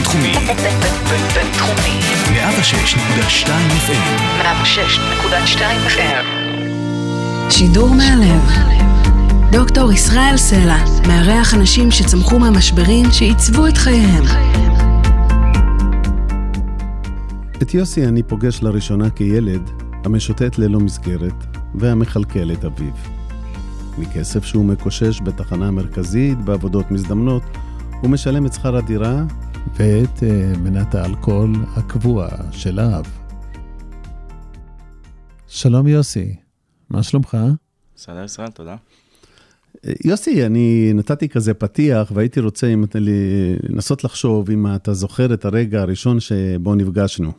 בינתחומי. בינתחומי. 106.2 FM. 106.2 FM. שידור מהלב. דוקטור ישראל סלע מארח אנשים שצמחו מהמשברים שעיצבו את חייהם. את יוסי אני פוגש לראשונה כילד המשוטט ללא מסגרת והמחלקל את אביו. מכסף שהוא מקושש בתחנה המרכזית בעבודות מזדמנות, הוא משלם את שכר הדירה ואת מנת האלכוהול הקבוע של האב. שלום יוסי, מה שלומך? בסדר ישראל, תודה. יוסי, אני נתתי כזה פתיח והייתי רוצה לנסות לחשוב אם אתה זוכר את הרגע הראשון שבו נפגשנו.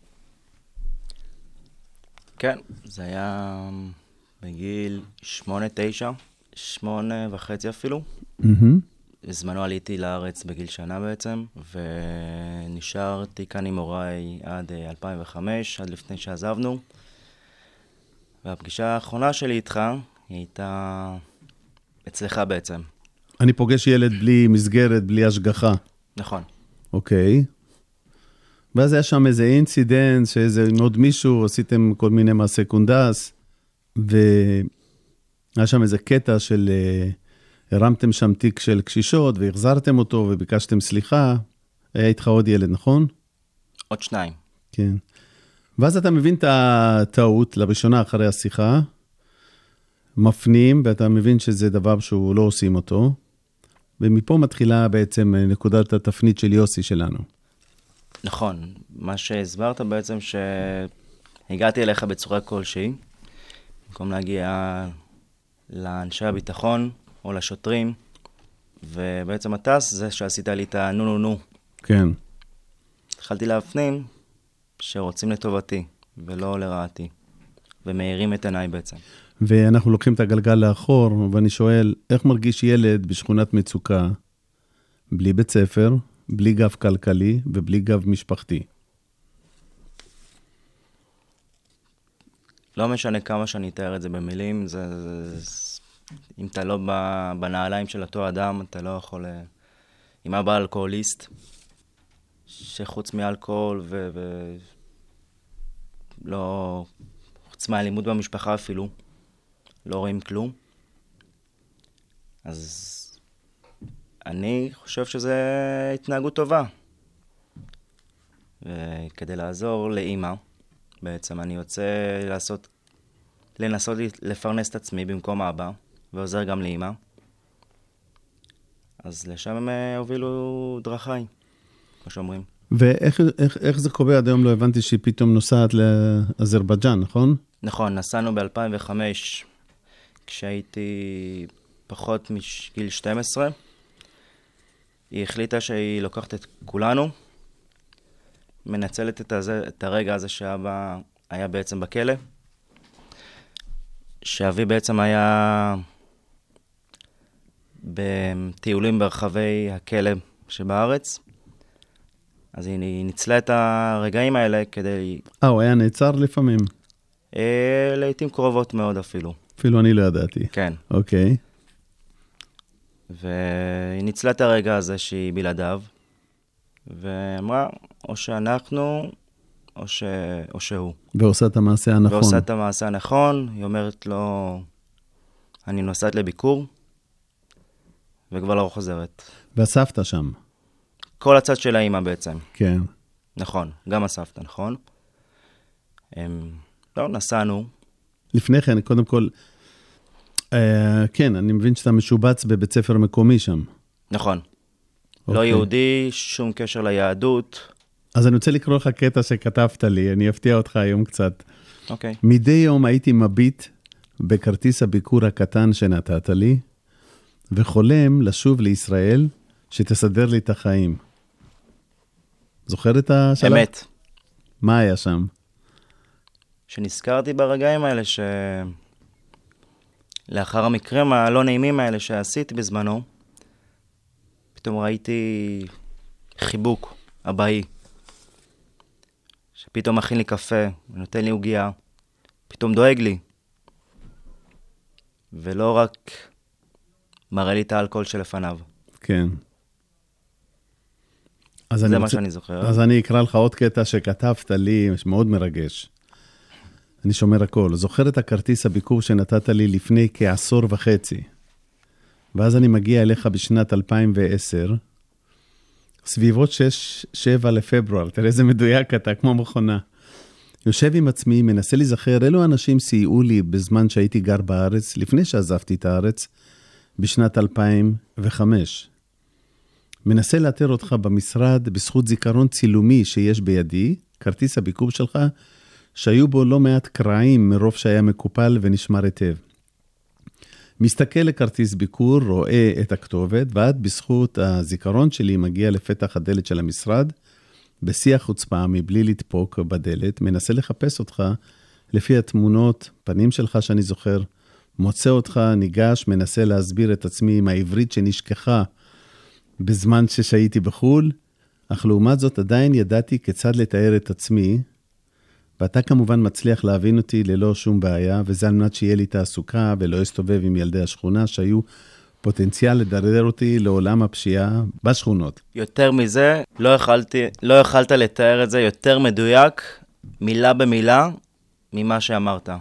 כן, זה היה בגיל 8-9, 8.5 אפילו. בזמנו עליתי לארץ בגיל שנה בעצם, ונשארתי כאן עם הוריי עד 2005, עד לפני שעזבנו. והפגישה האחרונה שלי איתך היא הייתה אצלך בעצם. אני פוגש ילד בלי מסגרת, בלי השגחה. נכון. אוקיי. ואז היה שם איזה אינסידנט, שאיזה עם עוד מישהו, עשיתם כל מיני מעשי קונדס, והיה שם איזה קטע של, הרמתם שם תיק של קשישות, והחזרתם אותו, וביקשתם סליחה. היה איתך עוד ילד, נכון? עוד 2. כן. ואז אתה מבין את הטעות, לראשונה אחרי השיחה, מפנים, ואתה מבין שזה דבר שהוא לא עושים אותו, ומפה מתחילה בעצם נקודת התפנית של יוסי שלנו. נכון, מה שהסברת בעצם שהגעתי אליך בצורה כלשהי, במקום להגיע לאנשי הביטחון או לשוטרים, ובעצם הטס זה שעשית לי את נו. כן. התחלתי להפנים שרוצים לטובתי ולא לרעתי, ומאירים את עיניי בעצם. ואנחנו לוקחים את הגלגל לאחור, ואני שואל, איך מרגיש ילד בשכונת מצוקה, בלי בית ספר, בלי גב כלכלי ובלי גב משפחתי? לא משנה כמה שאני אתאר את זה במילים, אם אתה לא בנעליים של אותו אדם, אתה לא יכול... אם אבא אלכוהוליסט, שחוץ מאלכוהול לא... חוץ מהלימוד במשפחה אפילו, לא רואים כלום. אז אני חושב שזה התנהגות טובה. וכדי לעזור לאמא, בעצם אני רוצה לנסות לפרנס את עצמי במקום אבא, ועוזר גם לאמא. אז לשם הם הובילו דרכיי, כמו שאומרים. ואיך זה קורה? עד היום לא הבנתי שהיא פתאום נוסעת לאזרבייג'אן, נכון? נכון, נסענו ב-2005, כשהייתי פחות מגיל 12. היא החליטה שהיא לוקחת את כולנו, מנצלת את הרגע הזה שאבא היה בעצם בכלא, שאבי בעצם היה בטיולים ברחבי הכלא שבארץ, אז היא ניצלה את הרגעים האלה כדי... הוא היה נעצר לפעמים? לעתים קרובות מאוד אפילו. אפילו אני לא ידעתי. כן. אוקיי. והיא ניצלה את הרגע הזה שהיא בלעדיו, ואמרה, או שאנחנו, או שהוא. ועושה את המעשה הנכון. ועושה את המעשה הנכון, היא אומרת לו, אני נוסעת לביקור, וכבר לא חוזרת. והסבתא שם. כל הצד של האמא בעצם. כן. נכון, גם הסבתא, נכון. לא, נסענו. לפני כן, קודם כל, כן, אני מבין שאתה משובץ בבית ספר מקומי שם. נכון. לא יהודי, שום קשר ליהדות. אז אני רוצה לקרוא לך קטע שכתבת לי, אני אפתיע אותך היום קצת. אוקיי. מדי יום הייתי מביט בכרטיס הביקור הקטן שנתת לי, וחולם לשוב לישראל שתסדר לי את החיים. זוכר את השלב? אמת. מה היה שם? שנזכרתי ברגעים האלה לאחר המקרים הלא נעימים האלה שעשיתי בזמנו, פתאום ראיתי חיבוק אבאי, שפתאום מכין לי קפה, נותן לי עוגיה, פתאום דואג לי. ולא רק מראה לי את האלכוהול שלפניו. כן. זה מה שאני זוכר. אז אני אקרא לך עוד קטע שכתבת לי, מאוד מרגש. אני שומר הכל. זוכר את הכרטיס הביקור שנתת לי לפני כעשור וחצי. ואז אני מגיע אליך בשנת 2010, סביבות 6-7 לפברואר. תראה איזה מדויק אתה, כמו מכונה. יושב עם עצמי, מנסה להיזכר, אלו אנשים סייעו לי בזמן שהייתי גר בארץ, לפני שעזבתי את הארץ, בשנת 2005. מנסה לאתר אותך במשרד, בזכות זיכרון צילומי שיש בידי, כרטיס הביקור שלך, שהיו בו לא מעט קרעים מרוב שהיה מקופל ונשמר היטב. מסתכל לכרטיס ביקור, רואה את הכתובת, ועד בזכות הזיכרון שלי מגיע לפתח הדלת של המשרד, בשיח חוצפה, מבלי לדפוק בדלת, מנסה לחפש אותך לפי התמונות, פנים שלך שאני זוכר, מוצא אותך, ניגש, מנסה להסביר את עצמי עם העברית שנשכחה בזמן שהייתי בחול, אך לעומת זאת עדיין ידעתי כיצד לתאר את עצמי, ואתה כמובן מצליח להבין אותי ללא שום בעיה, וזה על מנת שיהיה לי תעסוקה ולא אסתובב עם ילדי השכונה שהיו פוטנציאל לדרדר אותי לעולם הפשיעה בשכונות. יותר מזה, לא יכלת לתאר את זה יותר מדויק, מילה במילה, ממה שאמרת.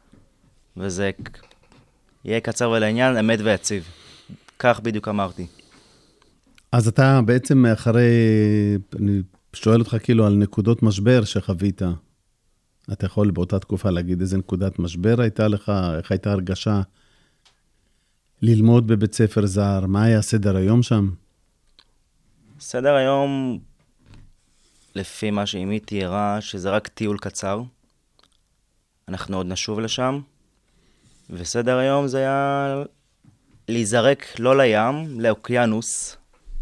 וזה יהיה קצר ולעניין, אמת ויציב. כך בדיוק אמרתי. אז אתה בעצם אחרי, אני שואל אותך כאילו על נקודות משבר שחווית. אתה יכול באותה תקופה להגיד איזה נקודת משבר הייתה לך, איך הייתה הרגשה ללמוד בבית ספר זר, מה היה סדר היום שם? סדר היום, לפי מה שאימי תיארה, שזה רק טיול קצר. אנחנו עוד נשוב לשם. וסדר היום זה היה להיזרק לא לים, לאוקיינוס.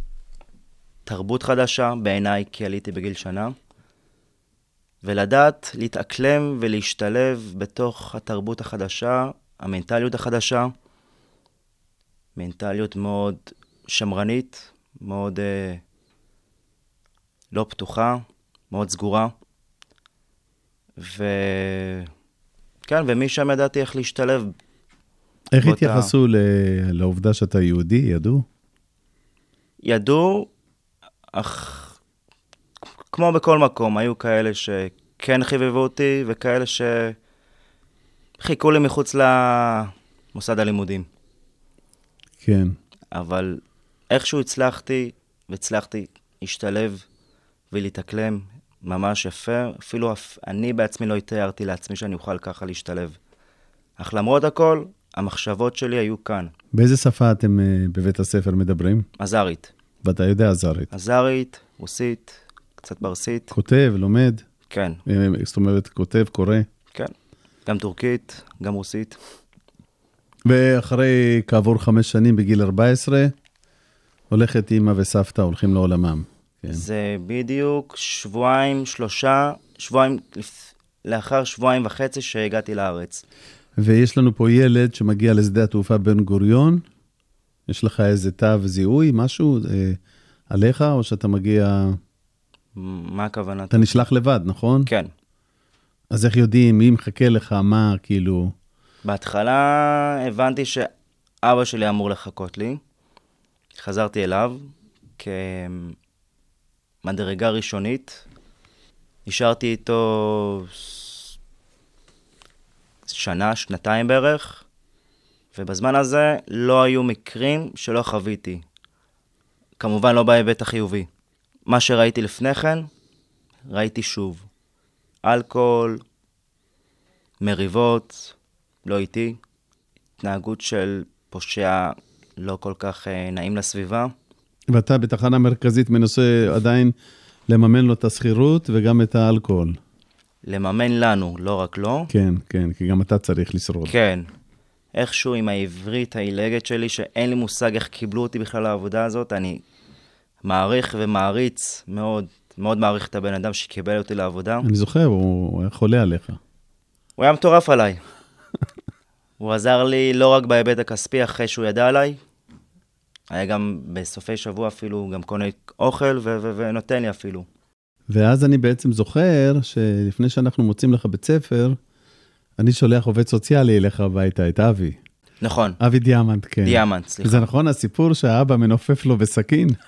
תרבות חדשה בעיניי, כי עליתי בגיל שנה. ולדעת להתאקלם ולהשתלב בתוך התרבות החדשה, המנטליות החדשה. מנטליות מאוד שמרנית, מאוד לא פתוחה, מאוד סגורה. כן, ומשם ידעתי איך להשתלב. איך התייחסו לעובדה שאתה יהודי? ידעו? ידעו, אך כמו בכל מקום, היו כאלה שכן חיבבו אותי, וכאלה שחיכו לי מחוץ למוסד הלימודים. כן. אבל איכשהו הצלחתי להשתלב ולהתאקלם ממש יפה. אפילו אני בעצמי לא התארתי לעצמי שאני אוכל ככה להשתלב. אך למרות הכל, המחשבות שלי היו כאן. באיזה שפה אתם בבית הספר מדברים? אזרית. ואתה יודע אזרית? אזרית, רוסית, קצת ברסית. כותב, לומד? כן. זאת אומרת, כותב, קורא? כן. גם טורקית, גם רוסית. ואחרי כעבור 5 שנים בגיל 14, הולכת אמא וסבתא, הולכים לעולמם. כן. זה בדיוק לאחר 2.5 שבועות שהגעתי לארץ. ויש לנו פה ילד שמגיע לשדה התעופה בן גוריון. יש לך איזה תו זיהוי, משהו עליך, או שאתה מגיע... מה הכוונה? אתה נשלח לבד, נכון? כן. אז איך יודעים, מי מחכה לך, מה, כאילו... בהתחלה הבנתי שאבא שלי אמור לחכות לי. חזרתי אליו כמדרגה ראשונית. נשארתי איתו שנה, שנתיים בערך, ובזמן הזה לא היו מקרים שלא חוויתי. כמובן לא בהיבט החיובי. מה שראיתי לפני כן, ראיתי שוב. אלכוהול, מריבות, לא איתי, התנהגות של פושע לא כל כך נעים לסביבה. ואתה בתחנה מרכזית מנסה עדיין לממן לו את הסחירות וגם את האלכוהול. לממן לנו, לא רק לא. כן, כן, כי גם אתה צריך לשרוד. כן. איכשהו עם העברית העילגת שלי, שאין לי מושג איך קיבלו אותי בכלל לעבודה הזאת, אני מעריך ומעריץ, מאוד, מאוד מעריך את הבן אדם שקיבל אותי לעבודה. אני זוכר, הוא היה חולה עליך. הוא היה מטורף עליי. הוא עזר לי לא רק בהיבט הכספי אחרי שהוא ידע עליי, היה גם בסופי שבוע אפילו, גם קונה אוכל ונותן לי אפילו. ואז אני בעצם זוכר שלפני שאנחנו מוצאים לך בית ספר, אני שולח עובד סוציאלי אליך הביתה, את אבי. נכון. אבי דיאמנט, כן. דיאמנט, סליחה. זה נכון הסיפור שהאבא מנופף לו בסכין?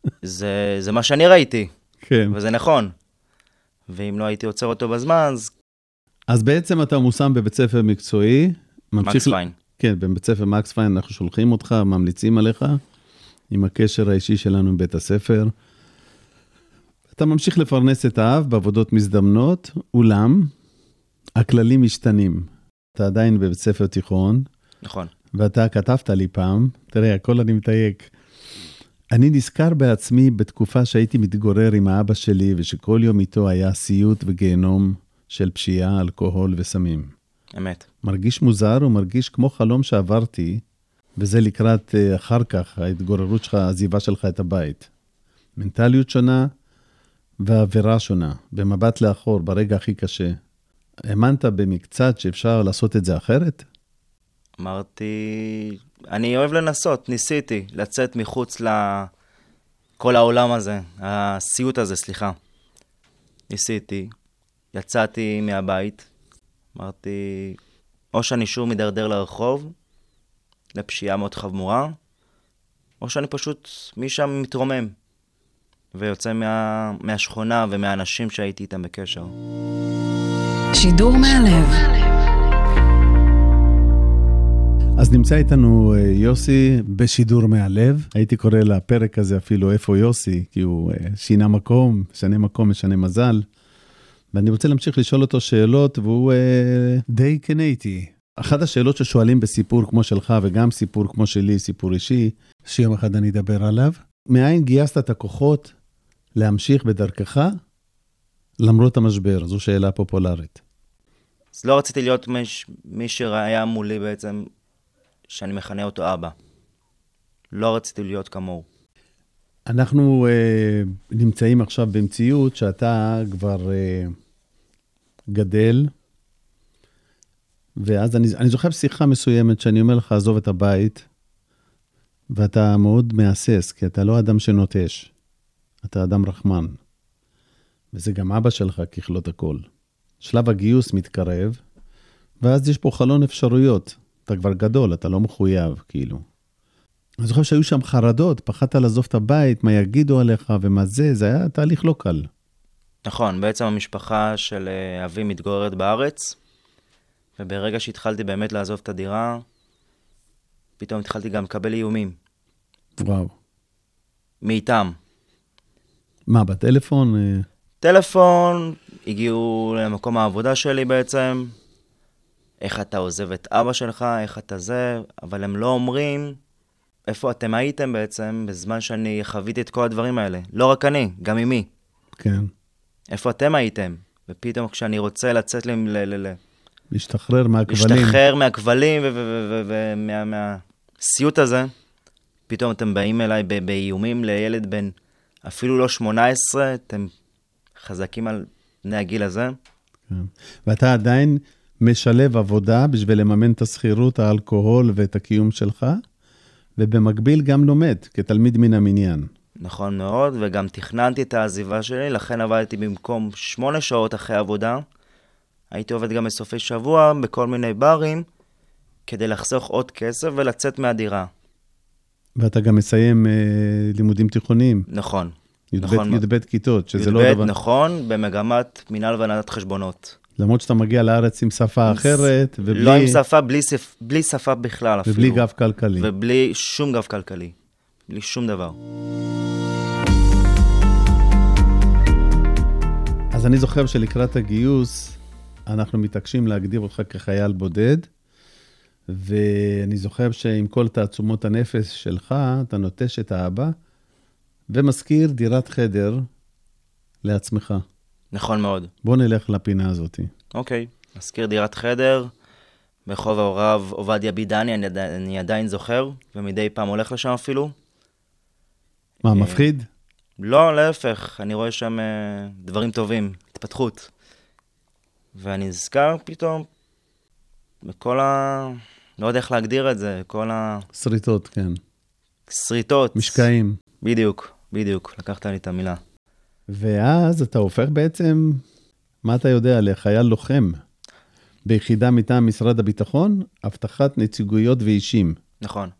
זה מה שאני ראיתי, כן. וזה נכון. ואם לא הייתי עוצר אותו בזמן, אז בעצם אתה מושם בבית ספר מקצועי. מקס פיין. כן, בבית ספר מקס פיין אנחנו שולחים אותך, ממליצים עליך, עם הקשר האישי שלנו עם בית הספר. אתה ממשיך לפרנס את האב בעבודות מזדמנות, אולם הכללים משתנים. אתה עדיין בבית ספר תיכון. נכון. ואתה כתבת לי פעם, תראה, הכל אני מתייק. אני נזכר בעצמי בתקופה שהייתי מתגורר עם האבא שלי, ושכל יום איתו היה סיוט וגיהנום של פשיעה, אלכוהול וסמים. אמת. מרגיש מוזר ומרגיש כמו חלום שעברתי, וזה לקראת אחר כך, ההתגוררות שלך, העזיבה שלך את הבית. מנטליות שונה ועבירה שונה, במבט לאחור, ברגע הכי קשה. האמנת במקצת שאפשר לעשות את זה אחרת? אמרתי, אני אוהב לנסות, ניסיתי לצאת מחוץ לכל העולם הזה, הסיוט הזה, סליחה. ניסיתי, יצאתי מהבית, אמרתי, או שאני שוב מדרדר לרחוב, לפשיעה מאוד חמורה, או שאני פשוט משם מתרומם, ויוצא מהשכונה ומהאנשים שהייתי איתם בקשר. שידור מהלב. אז נמצא איתנו יוסי בשידור מהלב. הייתי קורא לפרק הזה אפילו איפה יוסי, כי הוא שינה מקום, משנה מזל. ואני רוצה להמשיך לשאול אותו שאלות, והוא די כן איתי. אחת השאלות ששואלים בסיפור כמו שלך, וגם סיפור כמו שלי, סיפור אישי, שיום אחד אני אדבר עליו, מאין גייסת את הכוחות להמשיך בדרכך, למרות המשבר? זו שאלה פופולרית. אז לא רציתי להיות מי שהיה מולי בעצם, שאני מכנה אותו אבא. לא רציתי להיות כמוהו. אנחנו נמצאים עכשיו במציאות שאתה כבר גדל, ואז אני זוכר שיחה מסוימת שאני אומר לך, עזוב את הבית, ואתה מאוד מאסס, כי אתה לא אדם שנוטש, אתה אדם רחמן. וזה גם אבא שלך ככלות הכל. שלב הגיוס מתקרב, ואז יש פה חלון אפשרויות. אתה כבר גדול, אתה לא מחויב, כאילו. אני זוכר שהיו שם חרדות, פחדת לעזוב את הבית, מה יגידו עליך ומה זה היה תהליך לא קל. נכון, בעצם המשפחה של אבי מתגוררת בארץ, וברגע שהתחלתי באמת לעזוב את הדירה, פתאום התחלתי גם לקבל איומים. וואו. מאיתם. מה, בטלפון? טלפון, הגיעו למקום העבודה שלי בעצם, איך אתה עוזב את אבא שלך, איך אתה זה, אבל הם לא אומרים איפה אתם הייתם בעצם בזמן שאני חוויתי את כל הדברים האלה. לא רק אני, גם אמי. כן. איפה אתם הייתם? ופתאום כשאני רוצה לצאת להשתחרר מהכבלים. להשתחרר מהכבלים ומהסיוט הזה, פתאום אתם באים אליי באיומים לילד בן אפילו לא 18, אתם חזקים על בני הגיל הזה. כן. ואתה עדיין משלב עבודה בשביל לממן את הסחירות, האלכוהול ואת הקיום שלך, ובמקביל גם לומד כתלמיד מן המניין. נכון מאוד, וגם תכננתי את העזיבה שלי, לכן עבדתי במקום 8 שעות אחרי עבודה. הייתי עובד גם בסופי שבוע בכל מיני ברים, כדי לחסוך עוד כסף ולצאת מהדירה. ואתה גם מסיים לימודים תיכוניים. נכון. י"ב כיתות, שזה לא דבר. נכון, במגמת מנהל והנהלת חשבונות. למרות שאתה מגיע לארץ עם שפה אחרת, ובלי... לא עם שפה, בלי שפה בכלל אפילו. ובלי גב כלכלי. ובלי שום גב כלכלי. בלי שום דבר. אז אני זוכר שלקראת הגיוס, אנחנו מתעקשים להגדיר אותך כחייל בודד, ואני זוכר שעם כל תעצומות הנפש שלך, אתה נוטש את האבא, ומזכיר דירת חדר לעצמך. נכון מאוד. בוא נלך לפינה הזאת. אוקיי. מזכיר דירת חדר, ברחוב הרב עובדיה בידני, אני עדיין זוכר, ומדי פעם הולך לשם אפילו. מה, מפחיד? לא, להפך. אני רואה שם דברים טובים, התפתחות. ואני נזכר פתאום בכל לא יודע איך להגדיר את זה, כל שריטות, כן. שריטות. משקעים. בדיוק, לקחת לי את המילה. ואז אתה הופך בעצם, מה אתה יודע, לחייל לוחם, ביחידה מטעם משרד הביטחון, הבטחת נציגויות ואישים. נכון.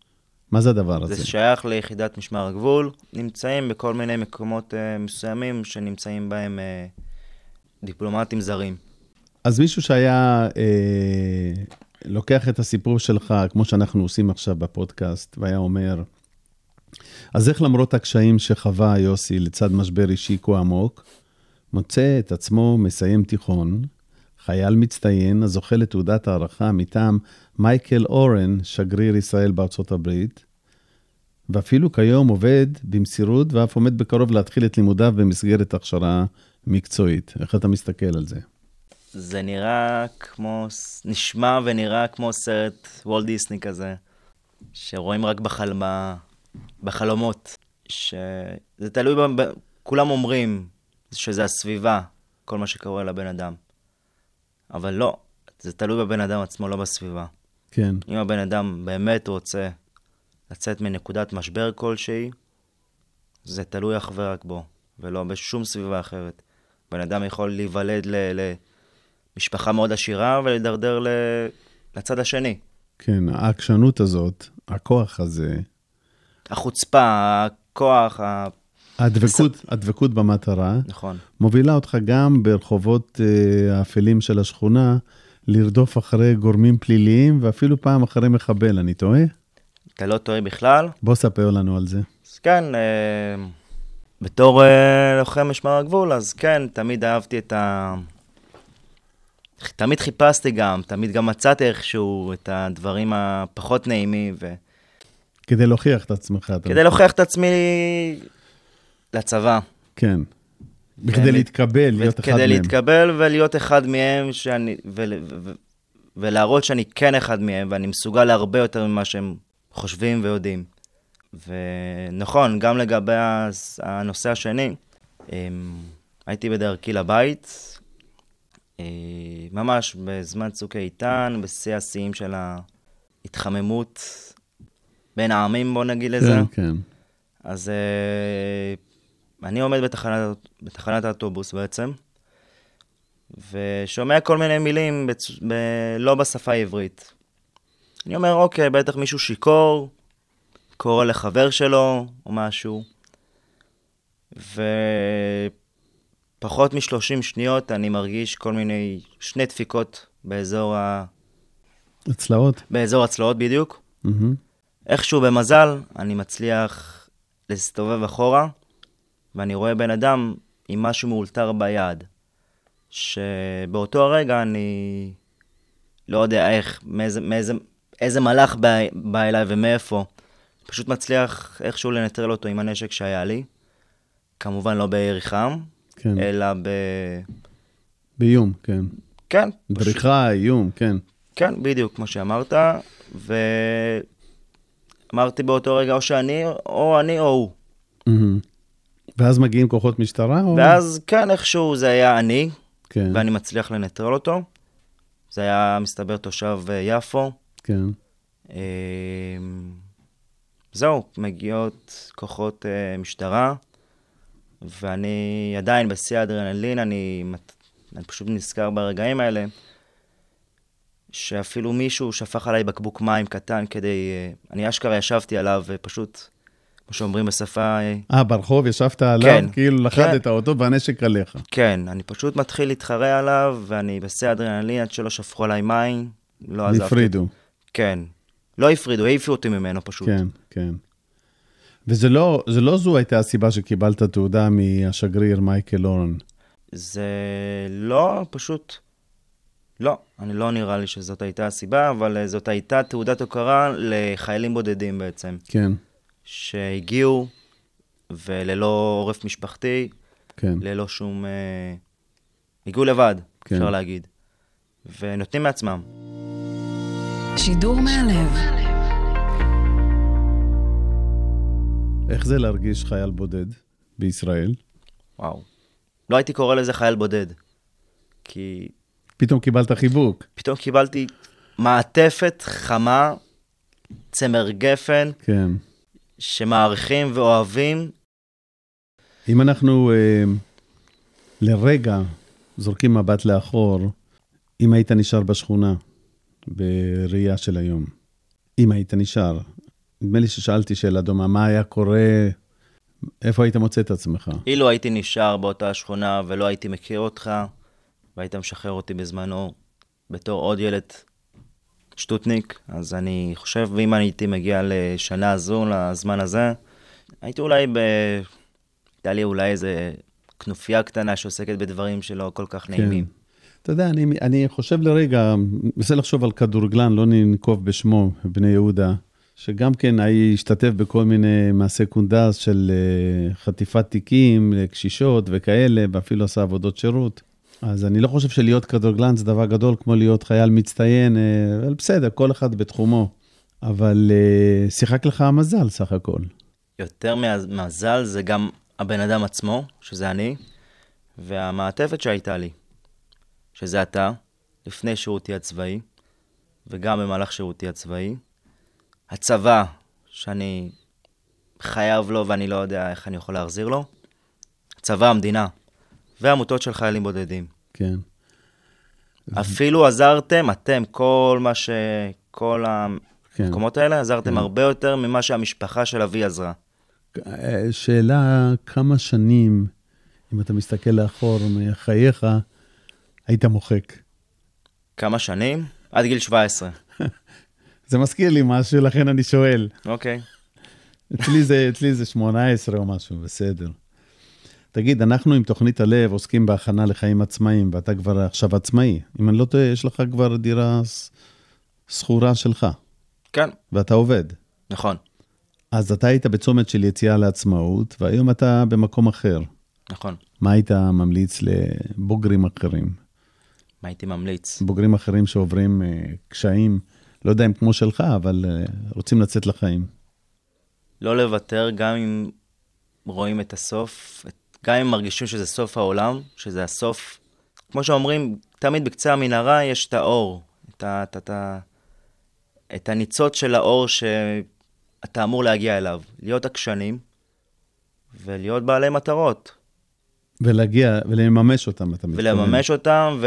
מה זה הדבר הזה? זה שייך ליחידת משמר הגבול, נמצאים בכל מיני מקומות מסוימים שנמצאים בהם דיפלומטים זרים. אז מישהו שהיה לוקח את הסיפור שלך, כמו שאנחנו עושים עכשיו בפודקאסט, והיה אומר, אז איך למרות הקשיים שחווה יוסי לצד משבר אישי כה עמוק, מוצא את עצמו מסיים תיכון, חייל מצטיין, הזוכה לתעודת הערכה מטעם מייקל אורן, שגריר ישראל בארצות הברית, ואפילו כיום עובד במסירות, ואף עומד בקרוב להתחיל את לימודיו במסגרת הכשרה מקצועית. איך אתה מסתכל על זה? זה נראה כמו, נשמע ונראה כמו סרט וולט דיסני כזה, שרואים רק בחלומות, שזה תלוי, כולם אומרים שזה הסביבה, כל מה שקורה לבן אדם. אבל לא, זה תלוי בבן אדם עצמו, לא בסביבה. כן. אם הבן אדם באמת רוצה לצאת מנקודת משבר כלשהי, זה תלוי אך ורק בו, ולא בשום סביבה אחרת. בן אדם יכול להיוולד למשפחה מאוד עשירה ולדרדר לצד השני. כן, העקשנות הזאת, הכוח הזה. החוצפה, הכוח, הדבקות במטרה. נכון. מובילה אותך גם ברחובות האפלים של השכונה, לרדוף אחרי גורמים פליליים, ואפילו פעם אחרי מחבל, אני טועה? אתה לא טועה בכלל. בוא ספר לנו על זה. אז כן, בתור לוחם משמר הגבול, אז כן, תמיד אהבתי תמיד חיפשתי גם, תמיד גם מצאתי איכשהו את הדברים הפחות נעימים. כדי להוכיח את עצמך. כדי להוכיח את עצמי לצבא. כן. בכדי להתקבל, להיות אחד מהם. כדי להתקבל ולהיות אחד מהם, ולהראות שאני כן אחד מהם, ואני מסוגל להרבה יותר ממה שהם חושבים ויודעים. ונכון, גם לגבי הנושא השני, הייתי בדרכי לבית, ממש בזמן צוק איתן, בשיא השיאים של ההתחממות בין העמים, בוא נגיד לזה. כן, כן. אז אני עומד בתחנת האוטובוס בעצם, ושומע כל מיני מילים לא בשפה העברית. אני אומר, אוקיי, בטח מישהו שיקור, קורא לחבר שלו או משהו, ופחות מ-30 שניות אני מרגיש כל מיני שני דפיקות באזור הצלעות. באזור הצלעות בדיוק. איכשהו במזל אני מצליח להסתובב אחורה, ואני רואה בן אדם עם משהו מאולתר ביד, שבאותו הרגע אני לא יודע איך, איזה מלאך בא אליי ומאיפה. פשוט מצליח איכשהו לנטרל אותו עם הנשק שהיה לי. כמובן לא בירי חם, כן. אלא באיום, כן. כן. בריחה, איום, כן. כן, בדיוק, כמו שאמרת. ואמרתי באותו רגע, או שאני, או אני, או הוא. ואז מגיעים כוחות משטרה? או... ואז כן, איכשהו זה היה אני, כן. ואני מצליח לנטרל אותו. זה היה מסתבר תושב יפו. כן. זהו, מגיעות כוחות משטרה, ואני עדיין בשיא האדרנלין, אני פשוט נזכר ברגעים האלה, שאפילו מישהו שפך עליי בקבוק מים קטן כדי, אני אשכרה ישבתי עליו ופשוט, כמו שאומרים בשפה... ברחוב ישבת עליו, כן, כאילו לחדת כן. אותו והנשק עליך. כן, אני פשוט מתחיל להתחרע עליו, ואני בשיא האדרנלין עד שלא שפכו עליי מים, לא עזבתי. נפרידו. כן. לא הפרידו, העיפו אותי ממנו פשוט. כן, כן. וזה לא זו הייתה הסיבה שקיבלת תעודה מהשגריר מייקל אורן. זה לא, פשוט... לא, אני לא נראה לי שזאת הייתה הסיבה, אבל זאת הייתה תעודת הוקרה לחיילים בודדים בעצם. כן. שהגיעו, וללא עורף משפחתי, כן. ללא שום... הגיעו לבד, כן. אפשר להגיד. ונותנים מעצמם. שידור מהלב. איך זה להרגיש חייל בודד בישראל? וואו. לא הייתי קורא לזה חייל בודד. כי... פתאום קיבלת חיבוק. פתאום קיבלתי מעטפת חמה, צמר גפן, כן. שמעריכים ואוהבים. אם אנחנו לרגע זורקים מבט לאחור, אם היית נשאר בשכונה, בראייה של היום, אם היית נשאר, נדמה לי ששאלתי שאלה דומה, מה היה קורה, איפה היית מוצא את עצמך? אילו הייתי נשאר באותה שכונה ולא הייתי מכיר אותך, והיית משחרר אותי בזמנו בתור עוד ילד שטוטניק, אז אני חושב, ואם אני הייתי מגיע לשנה הזו, לזמן הזה, הייתי אולי הייתה לי אולי איזה כנופיה קטנה שעוסקת בדברים שלא כל כך נעימים. כן. אתה יודע, אני חושב לרגע, מנסה לחשוב על כדורגלן, לא ננקוב בשמו, בני יהודה, שגם כן השתתף בכל מיני מעשי קונדס של חטיפת תיקים, קשישות וכאלה, ואפילו עשה עבודות שירות. אז אני לא חושב שלהיות כדורגלן זה דבר גדול, כמו להיות חייל מצטיין, אבל בסדר, כל אחד בתחומו. אבל שיחק לך המזל סך הכל. יותר מהמזל זה גם הבן אדם עצמו, שזה אני, והמעטפת שהייתה לי, שזה אתה, לפני שירותי הצבאי, וגם במהלך שירותי הצבאי. הצבא, שאני חייב לו ואני לא יודע איך אני יכול להחזיר לו. צבא המדינה, ועמותות של חיילים בודדים. כן. אפילו עזרתם, אתם, כל המקומות האלה, עזרתם הרבה יותר ממה שהמשפחה של אבי עזרה. שאלה, כמה שנים, אם אתה מסתכל לאחור מחייך, היית מוחק? כמה שנים? עד גיל 17. זה מזכיר לי משהו, לכן אני שואל. אוקיי. אצלי זה 18 או משהו, בסדר. תגיד, אנחנו עם תוכנית הלב עוסקים בהכנה לחיים עצמאיים, ואתה כבר עכשיו עצמאי. אם אני לא טועה, יש לך כבר דירה סחורה שלך. כן. ואתה עובד. נכון. אז אתה היית בצומת של יציאה לעצמאות, והיום אתה במקום אחר. נכון. מה היית ממליץ לבוגרים אחרים? מה הייתי ממליץ? בוגרים אחרים שעוברים קשיים, לא יודע אם כמו שלך, אבל רוצים לצאת לחיים. לא לוותר, גם אם רואים את הסוף, גם אם מרגישים שזה סוף העולם, שזה הסוף. כמו שאומרים, תמיד בקצה המנהרה יש את האור, את הניצוץ של האור שאתה אמור להגיע אליו. להיות עקשנים ולהיות בעלי מטרות. ולהגיע, ולממש אותם, אתה מתכוון. ולממש אותם,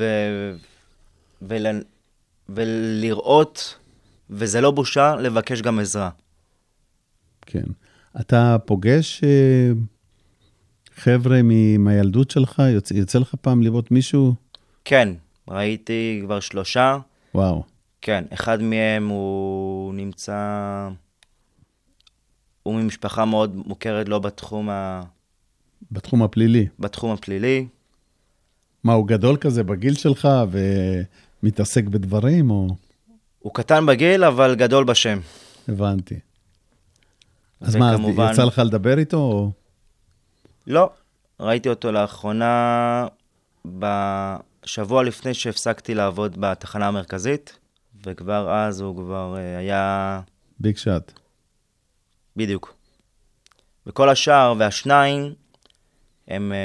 ולראות, וזה לא בושה, לבקש גם עזרה. כן. אתה פוגש חבר'ה מהילדות שלך? יוצא לך פעם לראות מישהו? כן, ראיתי כבר 3. וואו. כן, אחד מהם הוא ממשפחה מאוד מוכרת לו בתחום הפלילי. בתחום הפלילי. מה, הוא גדול כזה בגיל שלך ומתעסק בדברים או? הוא קטן בגיל, אבל גדול בשם. הבנתי. אז מה, יצא לך לדבר איתו או? לא, ראיתי אותו לאחרונה בשבוע לפני שהפסקתי לעבוד בתחנה המרכזית, וכבר אז הוא כבר היה... ביג שאט. בדיוק. וכל השאר והשניים, הם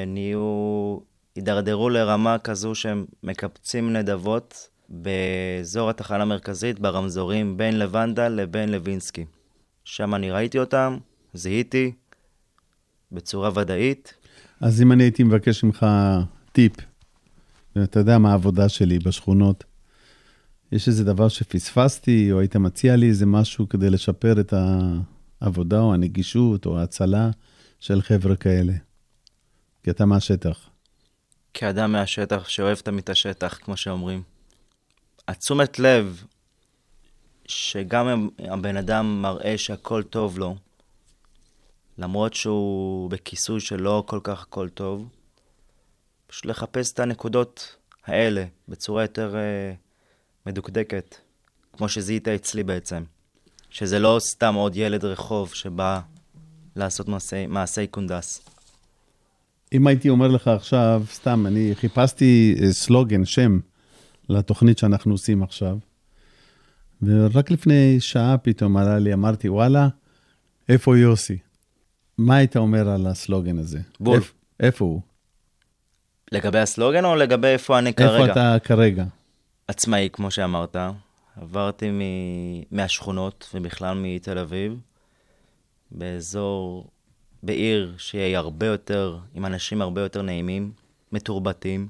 הידרדרו לרמה כזו שהם מקפצים נדבות באזור התחנה המרכזית, ברמזורים בין לבנדה לבין לוינסקי. שם אני ראיתי אותם, זיהיתי, בצורה ודאית. אז אם אני הייתי מבקש ממך טיפ, אתה יודע מה העבודה שלי בשכונות, יש איזה דבר שפספסתי, או היית מציע לי איזה משהו כדי לשפר את העבודה, או הנגישות, או ההצלה של חבר'ה כאלה? כי אתה מהשטח. כאדם מהשטח, שאוהב תמיד השטח, כמו שאומרים. התשומת לב, שגם הבן אדם מראה שהכל טוב לו, למרות שהוא בכיסוי שלא כל כך הכל טוב, פשוט לחפש את הנקודות האלה בצורה יותר מדוקדקת, כמו שזיהית אצלי בעצם. שזה לא סתם עוד ילד רחוב שבא לעשות מעשי קונדס. אם הייתי אומר לך עכשיו, סתם, אני חיפשתי סלוגן, שם, לתוכנית שאנחנו עושים עכשיו, ורק לפני שעה פתאום עלה לי, אמרתי, וואלה, איפה יוסי? מה היית אומר על הסלוגן הזה? בול. איפה הוא? לגבי הסלוגן או לגבי איפה אני כרגע? איפה אתה כרגע? עצמאי, כמו שאמרת. עברתי מהשכונות ובכלל מתל אביב, בעיר שהיא הרבה יותר, עם אנשים הרבה יותר נעימים, מתורבתים,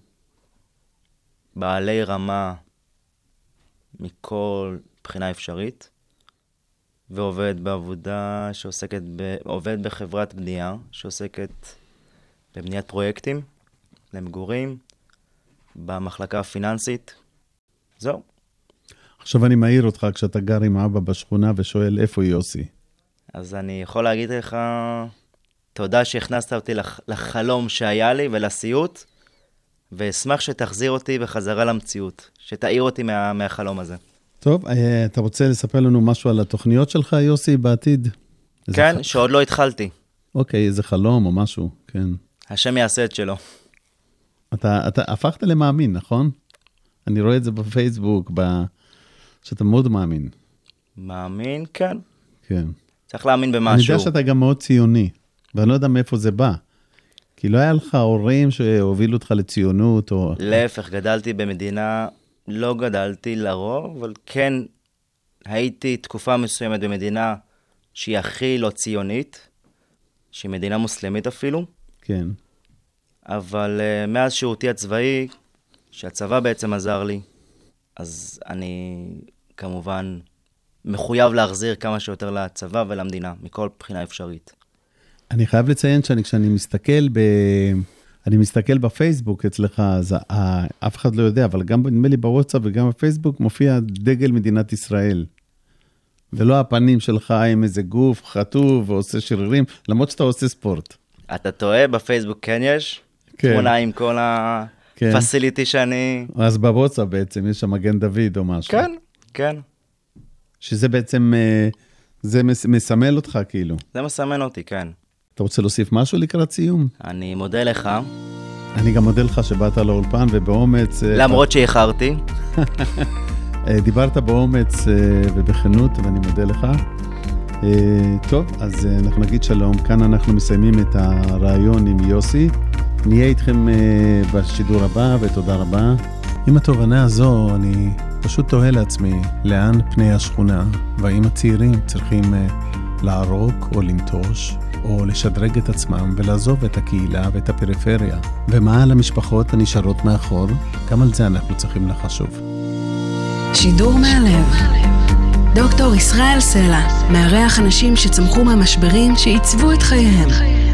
בעלי רמה מכל בחינה אפשרית, ועובד בעבודה שעוסקת, עובד בחברת בנייה שעוסקת בבניית פרויקטים למגורים, במחלקה הפיננסית. זהו. עכשיו אני מעיר אותך כשאתה גר עם אבא בשכונה ושואל איפה יוסי. אז אני יכול להגיד לך, תודה שהכנסת אותי לחלום שהיה לי ולסיוט, ואשמח שתחזיר אותי בחזרה למציאות, שתעיר אותי מהחלום הזה. טוב, אתה רוצה לספר לנו משהו על התוכניות שלך, יוסי, בעתיד? כן, שעוד לא התחלתי. אוקיי, איזה חלום או משהו, כן. השם יעשה את שלו. אתה הפכת למאמין, נכון? אני רואה את זה בפייסבוק, שאתה מאוד מאמין. מאמין, כן. כן. צריך להאמין במשהו. אני יודע שאתה גם מאוד ציוני, ואני לא יודע מאיפה זה בא. כי לא היה לך הורים שהובילו אותך לציונות, או... להפך, גדלתי במדינה, לא גדלתי לרוב, אבל כן הייתי תקופה מסוימת במדינה שהיא הכי לא ציונית, שהיא מדינה מוסלמית אפילו. כן. אבל מאז שירותי הצבאי, שהצבא בעצם עזר לי, אז אני כמובן מחויב להחזיר כמה שיותר לצבא ולמדינה, מכל בחינה אפשרית. אני חייב לציין כשאני מסתכל בפייסבוק אצלך, אז אף אחד לא יודע, אבל גם נדמה לי בוואטסאפ וגם בפייסבוק מופיע דגל מדינת ישראל. ולא הפנים שלך עם איזה גוף חטוב ועושה שרירים, למרות שאתה עושה ספורט. אתה טועה, בפייסבוק כן יש? כן. תמונה עם כל הפסיליטי שאני... אז בוואטסאפ בעצם יש שם מגן דוד או משהו. כן, כן. שזה בעצם, זה מסמל אותך כאילו. זה מסמן אותי, כן. אתה רוצה להוסיף משהו לקראת סיום? אני מודה לך. אני גם מודה לך שבאת לאולפן ובאומץ... למרות שאיחרתי. דיברת באומץ ובכנות, ואני מודה לך. טוב, אז אנחנו נגיד שלום. כאן אנחנו מסיימים את הרעיון עם יוסי. נהיה איתכם בשידור הבא, ותודה רבה. עם התובנה הזו, אני פשוט תוהה לעצמי לאן פני השכונה, והאם הצעירים צריכים לערוק או לנטוש, או לשדרג את עצמם ולעזוב את הקהילה ואת הפריפריה. ומה על המשפחות הנשארות מאחור? גם על זה אנחנו צריכים לחשוב. שידור מהלב. דוקטור ישראל סלע מארח אנשים שצמחו מהמשברים שעיצבו את חייהם.